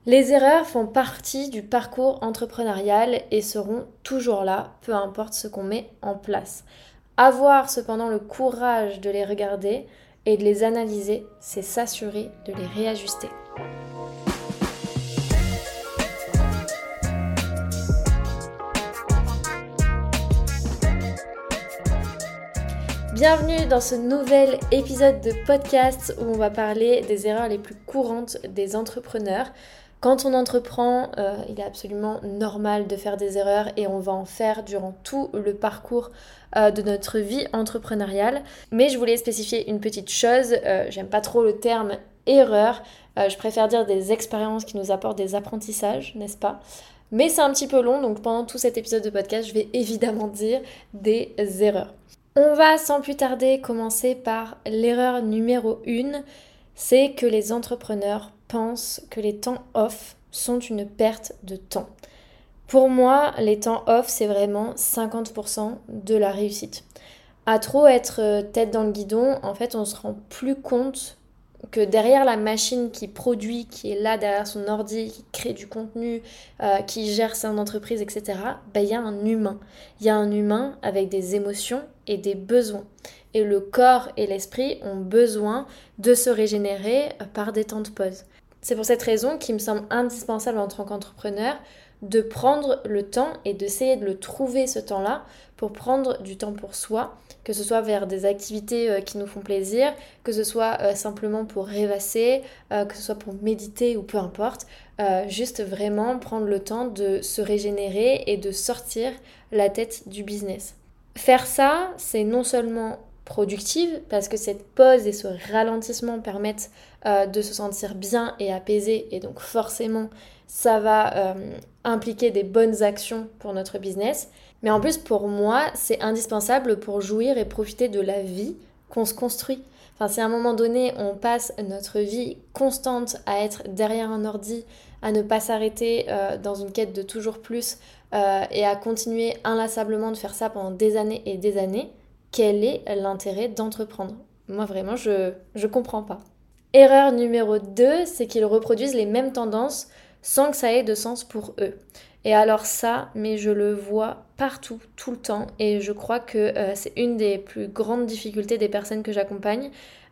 Les erreurs font partie du parcours entrepreneurial et seront toujours là, peu importe ce qu'on met en place. Avoir cependant le courage de les regarder et de les analyser, c'est s'assurer de les réajuster. Bienvenue dans ce nouvel épisode de podcast où on va parler des erreurs les plus courantes des entrepreneurs. Quand on entreprend, il est absolument normal de faire des erreurs et on va en faire durant tout le parcours de notre vie entrepreneuriale. Mais je voulais spécifier une petite chose, j'aime pas trop le terme erreur, je préfère dire des expériences qui nous apportent des apprentissages, n'est-ce pas ? Mais c'est un petit peu long, donc pendant tout cet épisode de podcast, je vais évidemment dire des erreurs. On va sans plus tarder commencer par l'erreur numéro 1, c'est que les entrepreneurs pensent que les temps off sont une perte de temps. Pour moi, les temps off, c'est vraiment 50% de la réussite. À trop être tête dans le guidon, en fait, on se rend plus compte que derrière la machine qui produit, qui est là derrière son ordi, qui crée du contenu, qui gère son entreprise, etc., il y a un humain. Il y a un humain avec des émotions et des besoins. Et le corps et l'esprit ont besoin de se régénérer par des temps de pause. C'est pour cette raison qu'il me semble indispensable en tant qu'entrepreneur de prendre le temps et d'essayer de le trouver ce temps-là pour prendre du temps pour soi, que ce soit vers des activités qui nous font plaisir, que ce soit simplement pour rêvasser, que ce soit pour méditer ou peu importe, juste vraiment prendre le temps de se régénérer et de sortir la tête du business. Faire ça, c'est non seulement productive parce que cette pause et ce ralentissement permettent de se sentir bien et apaisé et donc forcément ça va impliquer des bonnes actions pour notre business. Mais en plus pour moi c'est indispensable pour jouir et profiter de la vie qu'on se construit. Enfin si à un moment donné on passe notre vie constante à être derrière un ordi, à ne pas s'arrêter dans une quête de toujours plus et à continuer inlassablement de faire ça pendant des années et des années, quel est l'intérêt d'entreprendre? Moi vraiment je comprends pas. Erreur numéro 2, c'est qu'ils reproduisent les mêmes tendances sans que ça ait de sens pour eux. Et alors ça, mais je le vois partout, tout le temps, et je crois que c'est une des plus grandes difficultés des personnes que j'accompagne.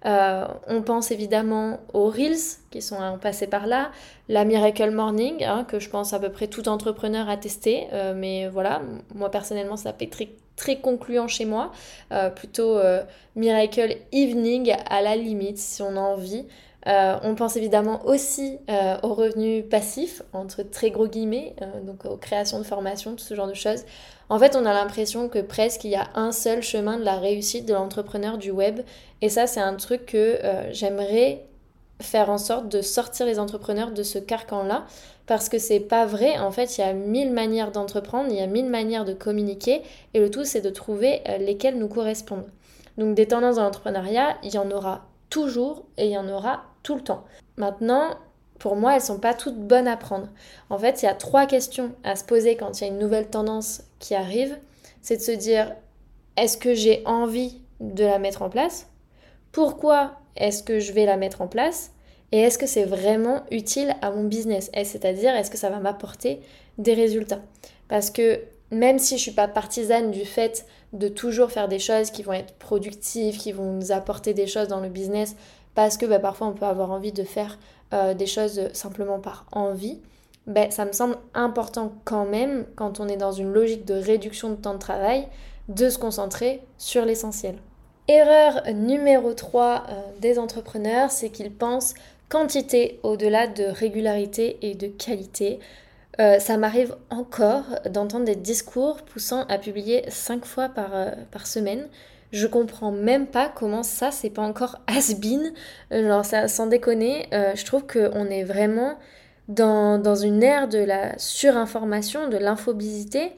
On pense évidemment aux Reels qui sont passés par là, la Miracle Morning, hein, que je pense à peu près tout entrepreneur a testé, mais voilà, moi personnellement ça fait très concluant chez moi, plutôt Miracle Evening à la limite si on a envie. On pense évidemment aussi aux revenus passifs, entre très gros guillemets, donc aux créations de formations, tout ce genre de choses. En fait, on a l'impression que presque il y a un seul chemin de la réussite de l'entrepreneur du web. Et ça, c'est un truc que j'aimerais faire en sorte de sortir les entrepreneurs de ce carcan-là. Parce que c'est pas vrai. En fait, il y a 1000 manières d'entreprendre, il y a 1000 manières de communiquer. Et le tout, c'est de trouver lesquelles nous correspondent. Donc, des tendances dans l'entrepreneuriat, il y en aura toujours et il y en aura tout le temps. Maintenant, pour moi, elles sont pas toutes bonnes à prendre. En fait, il y a 3 questions à se poser quand il y a une nouvelle tendance qui arrive. C'est de se dire, est-ce que j'ai envie de la mettre en place? Pourquoi est-ce que je vais la mettre en place? Et est-ce que c'est vraiment utile à mon business? C'est-à-dire, est-ce que ça va m'apporter des résultats? Parce que même si je suis pas partisane du fait de toujours faire des choses qui vont être productives, qui vont nous apporter des choses dans le business, parce que parfois on peut avoir envie de faire des choses simplement par envie, ça me semble important quand même, quand on est dans une logique de réduction de temps de travail, de se concentrer sur l'essentiel. Erreur numéro 3 des entrepreneurs, c'est qu'ils pensent quantité au-delà de régularité et de qualité. Ça m'arrive encore d'entendre des discours poussant à publier 5 fois par semaine. Je comprends même pas comment ça, c'est pas encore has-been. Genre, ça, sans déconner, je trouve qu'on est vraiment dans une ère de la surinformation, de l'infobésité.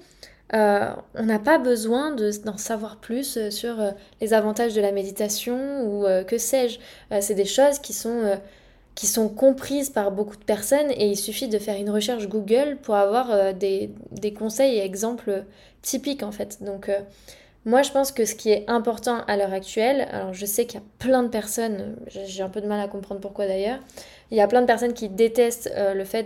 On n'a pas besoin d'en savoir plus sur les avantages de la méditation ou que sais-je. C'est des choses qui sont comprises par beaucoup de personnes et il suffit de faire une recherche Google pour avoir des conseils et exemples typiques en fait. Donc moi je pense que ce qui est important à l'heure actuelle, alors je sais qu'il y a plein de personnes, j'ai un peu de mal à comprendre pourquoi d'ailleurs, il y a plein de personnes qui détestent le fait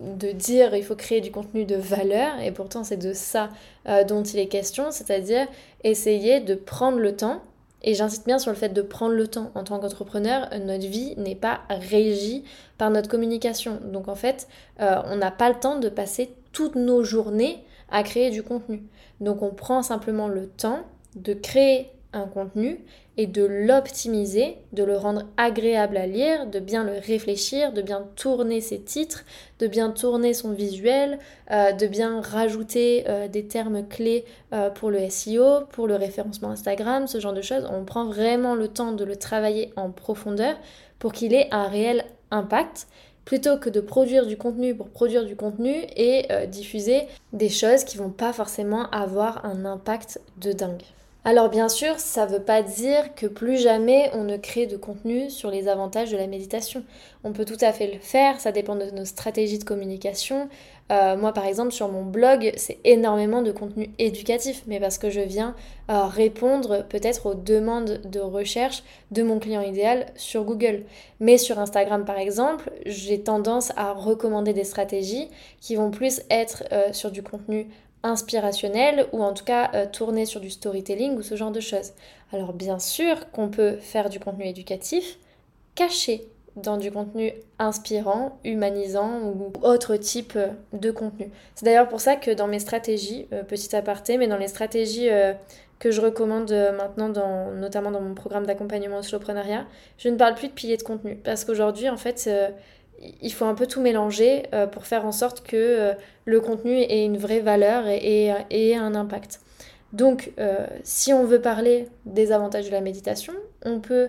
de dire il faut créer du contenu de valeur, et pourtant c'est de ça dont il est question, c'est-à-dire essayer de prendre le temps. Et j'insiste bien sur le fait de prendre le temps. En tant qu'entrepreneur, notre vie n'est pas régie par notre communication. Donc en fait, on n'a pas le temps de passer toutes nos journées à créer du contenu. Donc on prend simplement le temps de créer un contenu et de l'optimiser, de le rendre agréable à lire, de bien le réfléchir, de bien tourner ses titres, de bien tourner son visuel, de bien rajouter des termes clés pour le SEO, pour le référencement Instagram, ce genre de choses. On prend vraiment le temps de le travailler en profondeur pour qu'il ait un réel impact, plutôt que de produire du contenu pour produire du contenu et diffuser des choses qui vont pas forcément avoir un impact de dingue. Alors bien sûr, ça ne veut pas dire que plus jamais on ne crée de contenu sur les avantages de la méditation. On peut tout à fait le faire, ça dépend de nos stratégies de communication. Moi par exemple sur mon blog, c'est énormément de contenu éducatif, mais parce que je viens répondre peut-être aux demandes de recherche de mon client idéal sur Google. Mais sur Instagram par exemple, j'ai tendance à recommander des stratégies qui vont plus être sur du contenu inspirationnel ou en tout cas tourner sur du storytelling ou ce genre de choses. Alors bien sûr qu'on peut faire du contenu éducatif caché dans du contenu inspirant, humanisant ou autre type de contenu. C'est d'ailleurs pour ça que dans mes stratégies, petit aparté, mais dans les stratégies que je recommande maintenant, notamment dans mon programme d'accompagnement au slowpreneuriat, je ne parle plus de piliers de contenu parce qu'aujourd'hui en fait il faut un peu tout mélanger pour faire en sorte que le contenu ait une vraie valeur et un impact. Donc, si on veut parler des avantages de la méditation, on peut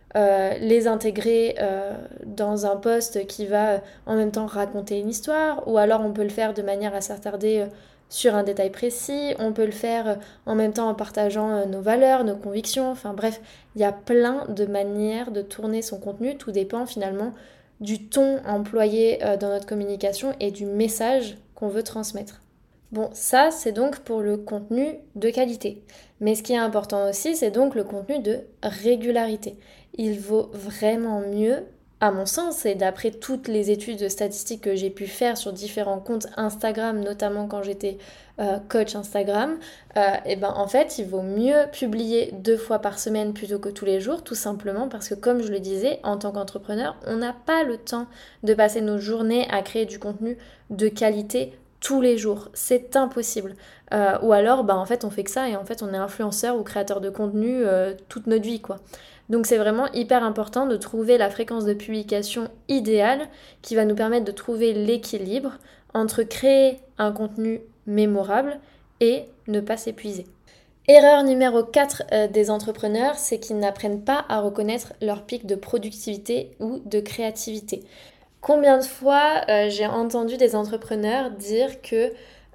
les intégrer dans un post qui va en même temps raconter une histoire, ou alors on peut le faire de manière à s'attarder sur un détail précis, on peut le faire en même temps en partageant nos valeurs, nos convictions, enfin bref, il y a plein de manières de tourner son contenu, tout dépend finalement du ton employé dans notre communication et du message qu'on veut transmettre. Bon, ça c'est donc pour le contenu de qualité. Mais ce qui est important aussi, c'est donc le contenu de régularité. Il vaut vraiment mieux, à mon sens, et d'après toutes les études statistiques que j'ai pu faire sur différents comptes Instagram, notamment quand j'étais coach Instagram, et ben en fait, il vaut mieux publier 2 fois par semaine plutôt que tous les jours, tout simplement parce que comme je le disais, en tant qu'entrepreneur, on n'a pas le temps de passer nos journées à créer du contenu de qualité tous les jours, c'est impossible. Ou alors, en fait, on fait que ça et en fait, on est influenceur ou créateur de contenu toute notre vie, quoi. Donc, c'est vraiment hyper important de trouver la fréquence de publication idéale qui va nous permettre de trouver l'équilibre entre créer un contenu mémorable et ne pas s'épuiser. Erreur numéro 4 des entrepreneurs, c'est qu'ils n'apprennent pas à reconnaître leur pic de productivité ou de créativité. Combien de fois j'ai entendu des entrepreneurs dire que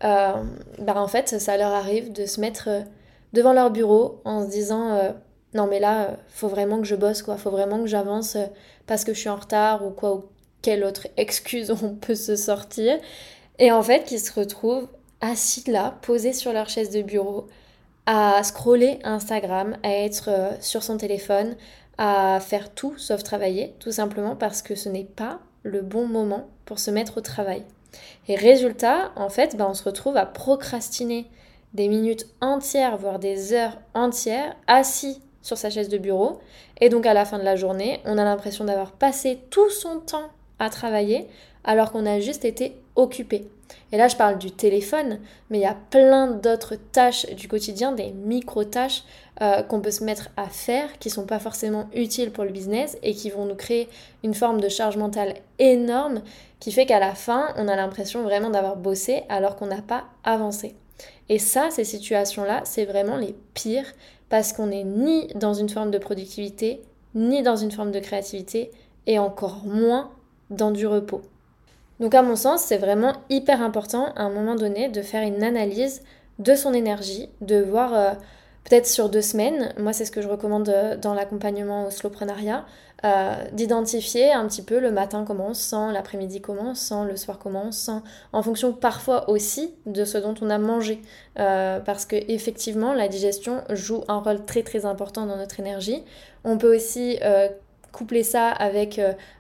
en fait ça leur arrive de se mettre devant leur bureau en se disant non mais là faut vraiment que je bosse quoi, faut vraiment que j'avance parce que je suis en retard ou quoi, ou quelle autre excuse on peut se sortir, et en fait qui se retrouvent assis là, posés sur leur chaise de bureau, à scroller Instagram, à être sur son téléphone, à faire tout sauf travailler, tout simplement parce que ce n'est pas le bon moment pour se mettre au travail. Et résultat, en fait, on se retrouve à procrastiner des minutes entières, voire des heures entières, assis sur sa chaise de bureau. Et donc à la fin de la journée, on a l'impression d'avoir passé tout son temps à travailler alors qu'on a juste été occupé. Et là, je parle du téléphone, mais il y a plein d'autres tâches du quotidien, des micro-tâches qu'on peut se mettre à faire, qui ne sont pas forcément utiles pour le business et qui vont nous créer une forme de charge mentale énorme qui fait qu'à la fin, on a l'impression vraiment d'avoir bossé alors qu'on n'a pas avancé. Et ça, ces situations-là, c'est vraiment les pires parce qu'on n'est ni dans une forme de productivité, ni dans une forme de créativité et encore moins dans du repos. Donc à mon sens, c'est vraiment hyper important à un moment donné de faire une analyse de son énergie, de voir peut-être sur 2 semaines, moi c'est ce que je recommande dans l'accompagnement au slowpreneuriat, d'identifier un petit peu le matin comment on se sent, l'après-midi comment on se sent, le soir comment on se sent, en fonction parfois aussi de ce dont on a mangé, parce que effectivement la digestion joue un rôle très très important dans notre énergie. On peut aussi coupler ça avec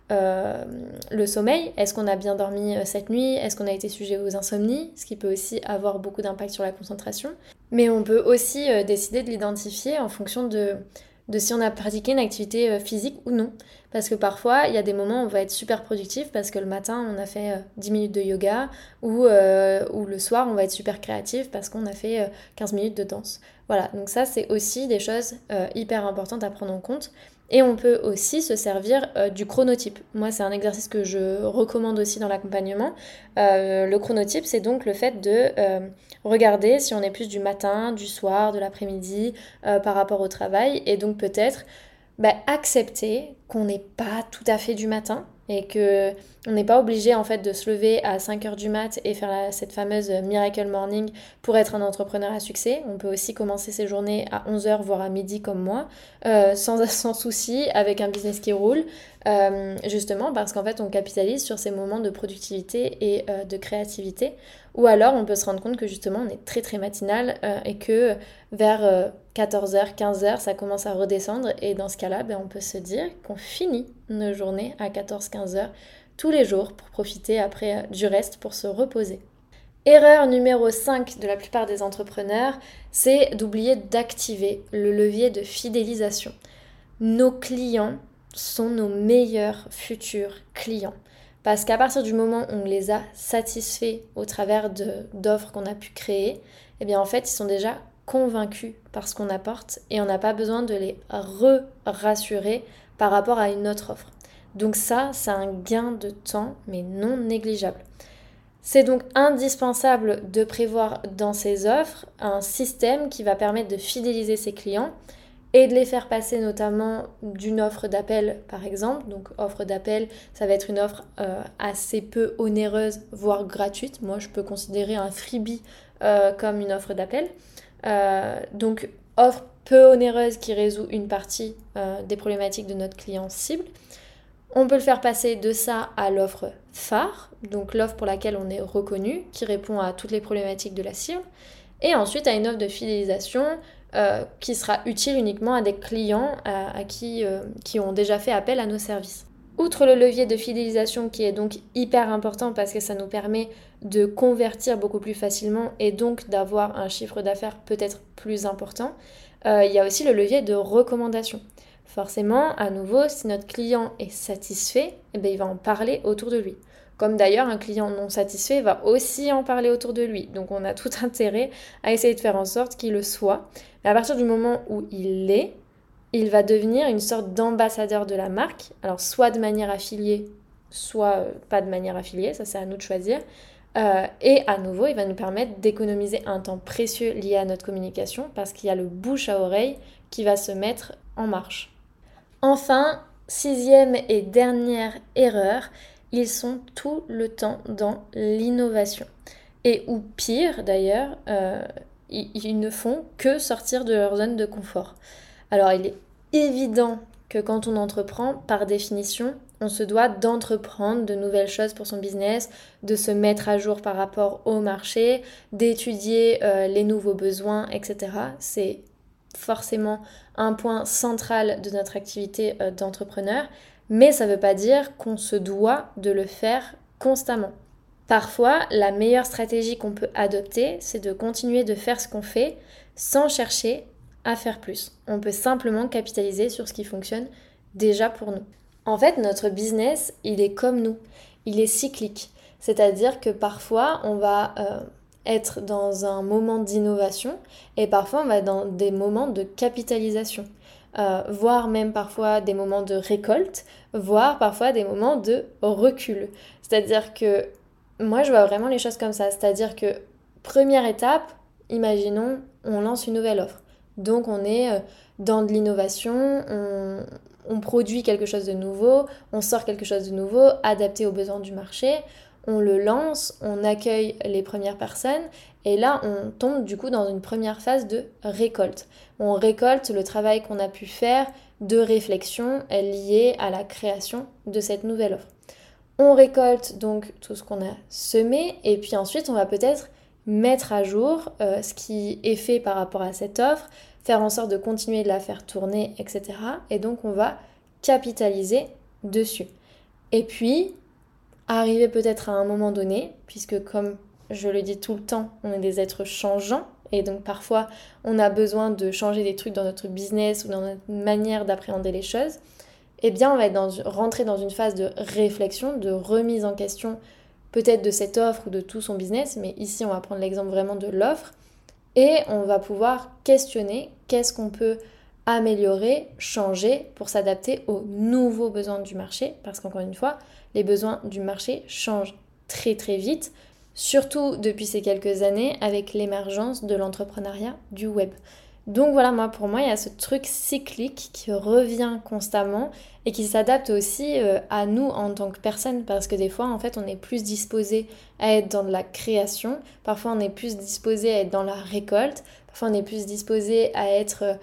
le sommeil. Est-ce qu'on a bien dormi cette nuit? Est-ce qu'on a été sujet aux insomnies? Ce qui peut aussi avoir beaucoup d'impact sur la concentration. Mais on peut aussi décider de l'identifier en fonction de si on a pratiqué une activité physique ou non. Parce que parfois, il y a des moments où on va être super productif parce que le matin, on a fait 10 minutes de yoga ou le soir, on va être super créatif parce qu'on a fait 15 minutes de danse. Voilà, donc ça, c'est aussi des choses hyper importantes à prendre en compte. Et on peut aussi se servir du chronotype. Moi, c'est un exercice que je recommande aussi dans l'accompagnement. Le chronotype, c'est donc le fait de regarder si on est plus du matin, du soir, de l'après-midi par rapport au travail. Et donc peut-être accepter qu'on n'est pas tout à fait du matin et que on n'est pas obligé en fait de se lever à 5h du mat et faire cette fameuse miracle morning pour être un entrepreneur à succès. On peut aussi commencer ses journées à 11h voire à midi comme moi, sans souci, avec un business qui roule, justement parce qu'en fait on capitalise sur ces moments de productivité et de créativité. Ou alors on peut se rendre compte que justement on est très très matinal et que vers 14h, 15h ça commence à redescendre et dans ce cas-là on peut se dire qu'on finit nos journées à 14-15h tous les jours pour profiter après du reste pour se reposer. Erreur numéro 5 de la plupart des entrepreneurs, c'est d'oublier d'activer le levier de fidélisation. Nos clients sont nos meilleurs futurs clients. Parce qu'à partir du moment où on les a satisfaits au travers d'offres qu'on a pu créer, eh bien en fait ils sont déjà convaincus par ce qu'on apporte et on n'a pas besoin de les rassurer par rapport à une autre offre. Donc ça, c'est un gain de temps mais non négligeable. C'est donc indispensable de prévoir dans ces offres un système qui va permettre de fidéliser ses clients et de les faire passer notamment d'une offre d'appel par exemple. Donc offre d'appel, ça va être une offre assez peu onéreuse, voire gratuite. Moi, je peux considérer un freebie comme une offre d'appel. Donc offre peu onéreuse qui résout une partie des problématiques de notre client cible. On peut le faire passer de ça à l'offre phare, donc l'offre pour laquelle on est reconnu, qui répond à toutes les problématiques de la cible, et ensuite à une offre de fidélisation qui sera utile uniquement à des clients qui ont déjà fait appel à nos services. Outre le levier de fidélisation qui est donc hyper important parce que ça nous permet de convertir beaucoup plus facilement et donc d'avoir un chiffre d'affaires peut-être plus important, il y a aussi le levier de recommandation. Forcément, à nouveau, si notre client est satisfait, il va en parler autour de lui. Comme d'ailleurs, un client non satisfait va aussi en parler autour de lui. Donc on a tout intérêt à essayer de faire en sorte qu'il le soit. Mais à partir du moment où il l'est, il va devenir une sorte d'ambassadeur de la marque. Alors soit de manière affiliée, soit pas de manière affiliée, ça c'est à nous de choisir. Et à nouveau, il va nous permettre d'économiser un temps précieux lié à notre communication parce qu'il y a le bouche à oreille qui va se mettre en marche. Enfin, 6e et dernière erreur, ils sont tout le temps dans l'innovation. Et ou pire d'ailleurs, ils ne font que sortir de leur zone de confort. Alors il est évident que quand on entreprend, par définition, on se doit d'entreprendre de nouvelles choses pour son business, de se mettre à jour par rapport au marché, d'étudier les nouveaux besoins, etc. C'est forcément un point central de notre activité d'entrepreneur, mais ça ne veut pas dire qu'on se doit de le faire constamment. Parfois, la meilleure stratégie qu'on peut adopter, c'est de continuer de faire ce qu'on fait sans chercher à faire plus. On peut simplement capitaliser sur ce qui fonctionne déjà pour nous. En fait, notre business, il est comme nous, il est cyclique. C'est-à-dire que parfois, on va être dans un moment d'innovation et parfois on va être dans des moments de capitalisation, voire même parfois des moments de récolte, voire parfois des moments de recul. C'est-à-dire que moi je vois vraiment les choses comme ça, c'est-à-dire que première étape, imaginons on lance une nouvelle offre, donc on est dans de l'innovation, on produit quelque chose de nouveau, on sort quelque chose de nouveau, adapté aux besoins du marché, on le lance, on accueille les premières personnes et là on tombe du coup dans une première phase de récolte. On récolte le travail qu'on a pu faire de réflexion lié à la création de cette nouvelle offre. On récolte donc tout ce qu'on a semé et puis ensuite on va peut-être mettre à jour ce qui est fait par rapport à cette offre, faire en sorte de continuer de la faire tourner, etc. Et donc on va capitaliser dessus. Et puis, arriver peut-être à un moment donné, puisque comme je le dis tout le temps, on est des êtres changeants, et donc parfois on a besoin de changer des trucs dans notre business ou dans notre manière d'appréhender les choses, eh bien on va rentrer dans une phase de réflexion, de remise en question peut-être de cette offre ou de tout son business, mais ici on va prendre l'exemple vraiment de l'offre, et on va pouvoir questionner qu'est-ce qu'on peut améliorer, changer pour s'adapter aux nouveaux besoins du marché, parce qu'encore une fois, les besoins du marché changent très très vite, surtout depuis ces quelques années avec l'émergence de l'entrepreneuriat du web. Donc voilà, pour moi, il y a ce truc cyclique qui revient constamment et qui s'adapte aussi à nous en tant que personne, parce que des fois, en fait, on est plus disposé à être dans de la création, parfois on est plus disposé à être dans la récolte, parfois on est plus disposé à être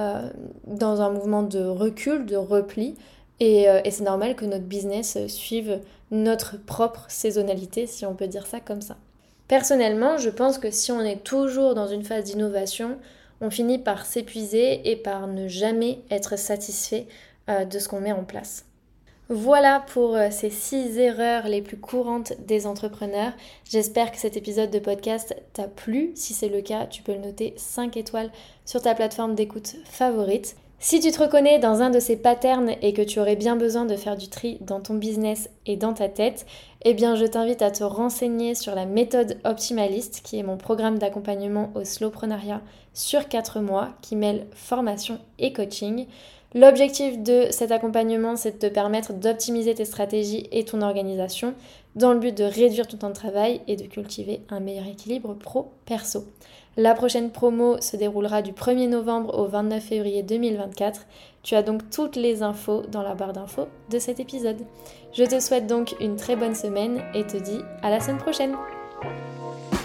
dans un mouvement de recul, de repli, et c'est normal que notre business suive notre propre saisonnalité, si on peut dire ça comme ça. Personnellement, je pense que si on est toujours dans une phase d'innovation, on finit par s'épuiser et par ne jamais être satisfait de ce qu'on met en place. Voilà pour ces 6 erreurs les plus courantes des entrepreneurs. J'espère que cet épisode de podcast t'a plu. Si c'est le cas, tu peux le noter 5 étoiles sur ta plateforme d'écoute favorite. Si tu te reconnais dans un de ces patterns et que tu aurais bien besoin de faire du tri dans ton business et dans ta tête, eh bien je t'invite à te renseigner sur la méthode Optimalist, qui est mon programme d'accompagnement au slowpreneuriat sur 4 mois, qui mêle formation et coaching. L'objectif de cet accompagnement, c'est de te permettre d'optimiser tes stratégies et ton organisation dans le but de réduire ton temps de travail et de cultiver un meilleur équilibre pro-perso. La prochaine promo se déroulera du 1er novembre au 29 février 2024. Tu as donc toutes les infos dans la barre d'infos de cet épisode. Je te souhaite donc une très bonne semaine et te dis à la semaine prochaine.